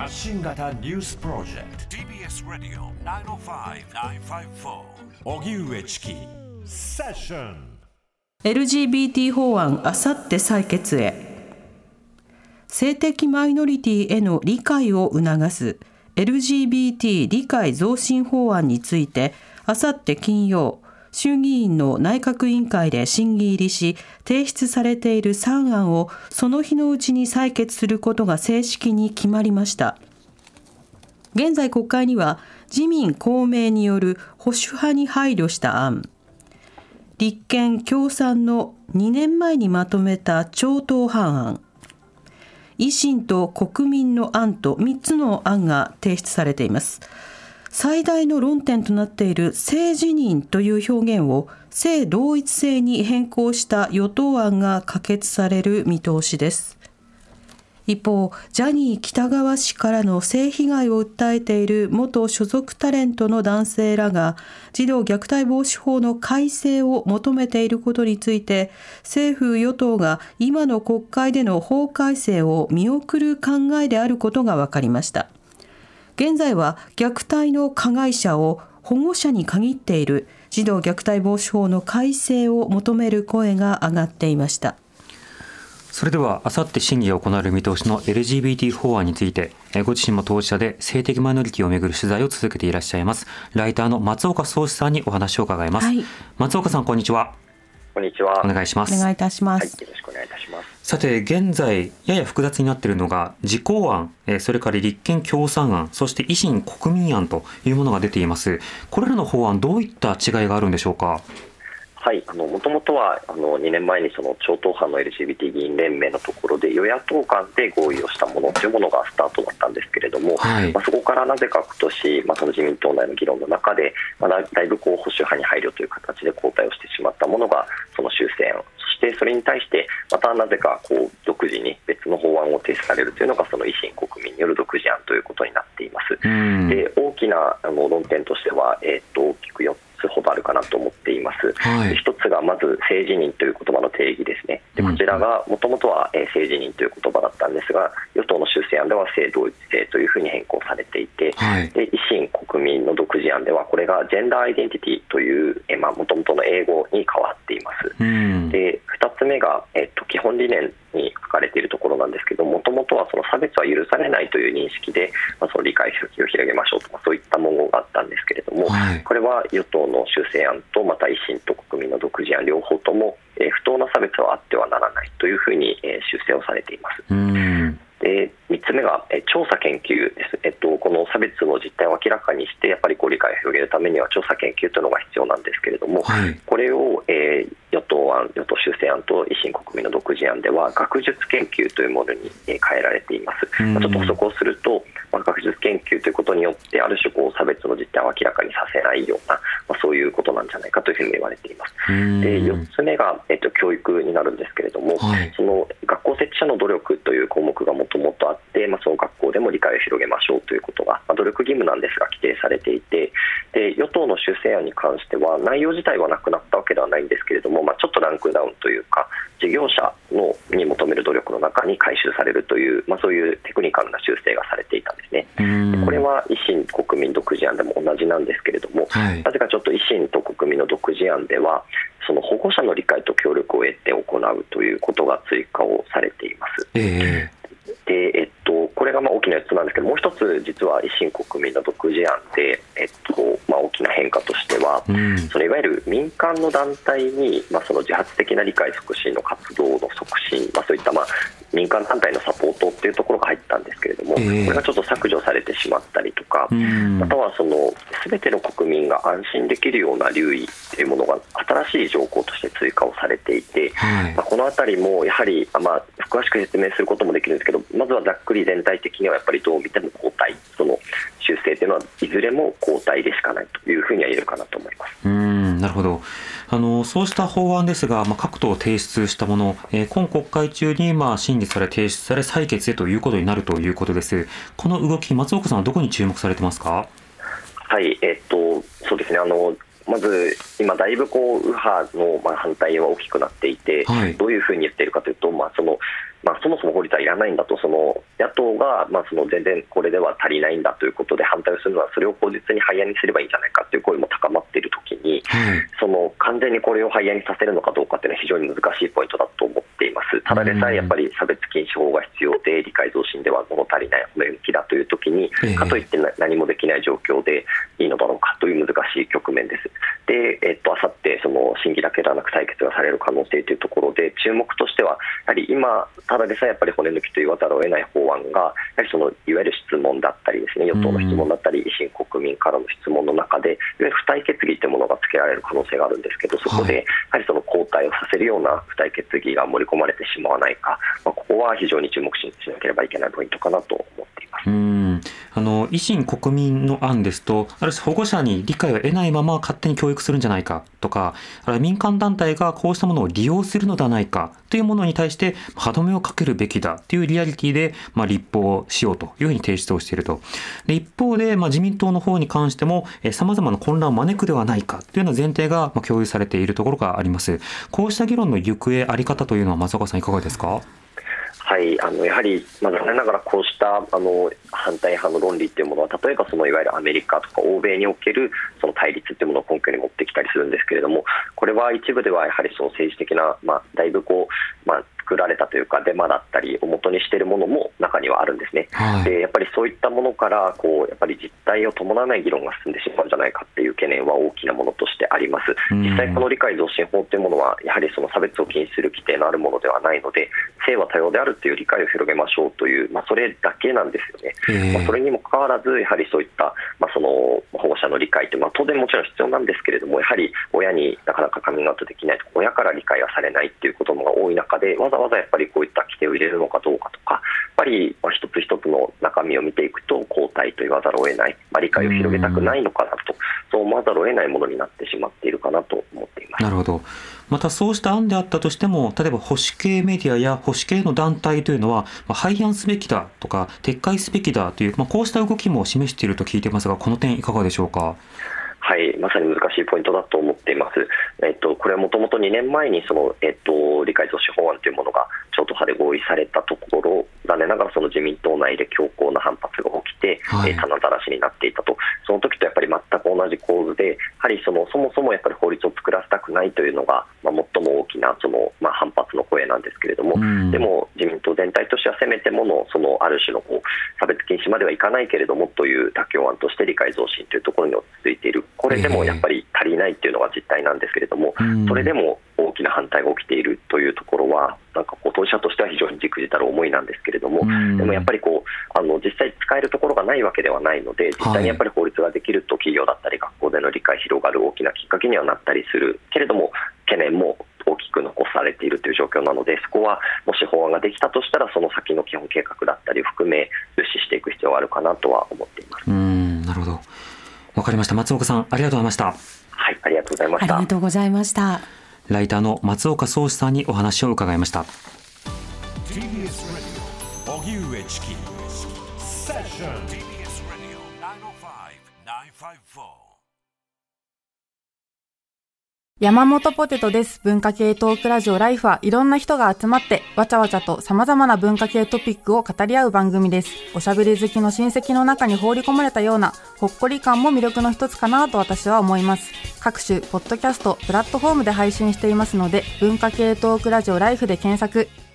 発信型ニュースプロジェクト TBS ラディオ905-954おぎゅうえちきセッション LGBT 法案あさって採決へ。性的マイノリティへの理解を促す LGBT 理解増進法案についてあさって金曜、衆議院の内閣委員会で審議入りし、提出されている3案をその日のうちに採決することが正式に決まりました。現在国会には自民公明による保守派に配慮した案、立憲共産の2年前にまとめた超党派案、維新と国民の案と3つの案が提出されています。最大の論点となっている性自認という表現を性同一性に変更した与党案が可決される見通しです。一方、ジャニー喜多川氏からの性被害を訴えている元所属タレントの男性らが児童虐待防止法の改正を求めていることについて、政府与党が今の国会での法改正を見送る考えであることが分かりました。現在は虐待の加害者を保護者に限っている児童虐待防止法の改正を求める声が上がっていました。 それではあさって審議が行われる見通しの LGBT 法案について、ご自身も当事者で性的マイノリティをめぐる取材を続けていらっしゃいますライターの松岡宗嗣さんにお話を伺います、はい、松岡さん、こんにちは。 こんにちは。 お願いします。 お願いいたします、 はい、よろしくお願いいたします。 さて、現在やや複雑になっているのが自公案、それから立憲共産案、そして維新国民案というものが出ています。これらの法案、どういった違いがあるんでしょうか。 はい、もともとは2年前にその超党派の LGBT 議員連盟のところで与野党間で合意をしたものというものがスタートだったんですけれども、はい、そこからなぜか今年、その自民党内の議論の中で、だいぶ保守派に配慮という形で後退をしてしまったものがその修正案、そしてそれに対してまたなぜか独自に別の法案を提出されるというのがその維新国民による独自案ということになっています。で、大きな論点としては、大きく4つほどあるかなと思っています、はい、一つがまず性自認という言葉の定義ですね。でこちらがもともとは性自認という言葉だったんですが、与党の修正案では性同一性というふうに変更されていて、はい、で維新国民の独自案ではこれがジェンダーアイデンティティというもともとの英語に変わっています。で2つ目が、基本理念に書かれているところなんですけど、もともとはその差別は許されないという認識で、その理解を広げましょうとかそういった文言があったんですけれども、はい、これは与党の修正案とまた維新と国民の独自案両方とも、不当な差別はあってはならないというふうに、修正をされています。で3つ目が、調査研究です。この差別の実態を明らかにしてやっぱり理解を広げるためには調査研究というのが必要なんですけれども、はい、これを、与党修正案と維新国民の独自案では学術研究というものに、変えられています。ちょっと補足をすると、学術研究ということによってある種差別の実態を明らかにさせないような、そういうことなんじゃないかというふうに言われています。で4つ目が、教育になるんですけれども、はい、その学校設置者の努力という項目がもともとあって、その学校でも理解を広げましょうということが、努力義務なんですが規定されていて、で与党の修正案に関しては内容自体はなくなったわけではないんですけれども、ちょっとランクダウンというか事業者に求める努力の中に回収されるという、そういうテクニカルな修正がされていたんですね。でこれは維新国民独自案でも同じなんですけれども、はい、なぜかちょっと維新と国民の独自案ではその保護者の理解と協力を得て行うということが追加をされています。でこれが大きな4つなんですけど、もう一つ実は維新国民の独自案で、大きな変化としては、それいわゆる民間の団体に、その自発的な理解促進の活動の促進、そういった民間団体のサポートっていうところが入ったんですけれども、これがちょっと削除されてしまったりとか、または全ての国民が安心できるような留意というものが新しい条項として追加をされていて、このあたりもやはり、詳しく説明することもできるんですけど、まずはざっくり全体的にはやっぱりどう見ても後退、その修正というのはいずれも後退でしかないというふうには言えるかなと思います。 なるほど。そうした法案ですが、各党提出したもの、今国会中に審議され提出され採決へということになるということです。この動き、松岡さんはどこに注目されてますか。 はい、そうですね、 まず今だいぶ右派の反対は大きくなっていて、どういうふうに言っているかというと、そもそも法律はいらないんだと、野党が全然これでは足りないんだということで反対をするのは、それを口実に廃案にすればいいんじゃないかという声も高まっているときに、完全にこれを廃案にさせるのかどうかというのは非常に難しいポイントだと思っています。ただでさえやっぱり差別禁止法が必要で、理解増進では物足りない、骨抜きだというときに、かといって何もできない状況でいいのだろうかという難しい局面です。で、あさって審議だけではなく採決がされる可能性というところで、注目としてはやはり今ただでさえやっぱり骨抜きと言わざるを得ない法案が、やはりいわゆる質問だったりですね、与党の質問だったり維新国民からの質問の中でいわゆる付帯決議というものがつけられる可能性があるんですけど、そこでやはり交代をさせるような付帯決議が盛り込まれてしまわないか、ここは非常に注目しなければいけないポイントかなと思っています。 維新国民の案ですと、ある種保護者に理解を得ないまま勝手に教育するんじゃないかとか、民間団体がこうしたものを利用するのではないかというものに対して歯止めをかけるべきだというリアリティで、立法しようというふうに提出をしていると。で一方で、自民党の方に関しても様々な混乱を招くではないかというような前提が共有されているところがあります。こうした議論の行方、あり方というのは松岡さんいかがですか？ はい、やはり、残念ながらこうした反対派の論理というものは、例えばいわゆるアメリカとか欧米における対立というものを根拠に持ってきたりするんですけれども、これは一部ではやはり政治的な、だいぶ作られたというかデマだったりを元にしているものも中にはあるんですね。でやっぱりそういったものからやっぱり実態を伴わない議論が進んでしまうんじゃないかという懸念は大きなものとしてあります。実際この理解増進法というものはやはり差別を禁止する規定のあるものではないので、性は多様であるという理解を広げましょうという、それだけなんですよね。それにもかかわらずやはりそういった保護者の理解というのは当然もちろん必要なんですけれども、やはり親になかなかカミングアウトできないとか、親から理解はされないということが多い中で、わざわざやっぱりこういった規定を入れるのかどうかとか、やっぱり一つ一つの中身を見ていくと後退と言わざるを得ない、理解を広げたくないのかなと、そう思わざるを得ないものになってしまっているかなと思っています。 なるほど。またそうした案であったとしても、例えば保守系メディアや保守系の団体というのは、廃案すべきだとか撤回すべきだという、こうした動きも示していると聞いていますが、この点いかがでしょうか？ はい、まさに難しいポイントだと思っています。これはもともと2年前に理解増進法案というものが超党派で合意されたところ、残念ながら自民党内で強硬な反発が起きて、棚ざらしになっていたと。その時とやっぱり全く同じ構図で、やはりそもそもやっぱり法律を作らせたくないというのが、最も大きな反発の声なんですけれども、でも自民党全体としてはせめてものある種の差別禁止まではいかないけれどもという妥協案として理解増進というところに落ち着いている。これでもやっぱり足りないというのが実態なんですけれども、それでも大きな反対が起きているというところは、当事者としては非常にじくじたる思いなんですけれども、でもやっぱり実際使えるところがないわけではないので、実際にやっぱり法律ができると企業だったり学校での理解広がる大きなきっかけにはなったりするけれども、懸念も大きく残されているという状況なので、そこはもし法案ができたとしたら、その先の基本計画だったりを含め重視していく必要があるかなとは思っています。 なるほど、わかりました。松岡さん、ありがとうございました。 はい、ありがとうございました。 ありがとうございました。 ライターの松岡壮志さんにお話を伺いました。 TBS Radio 荻上チキセッション TBS Radio 905-954 山本ポテトです。文化系トークラジオライフはいろんな人が集まってわちゃわちゃと様々な文化系トピックを語り合う番組です。おしゃべり好きの親戚の中に放り込まれたようなほっこり感も魅力の一つかなと私は思います。各種ポッドキャストプラットフォームで配信していますので、文化系トークラジオライフで検索。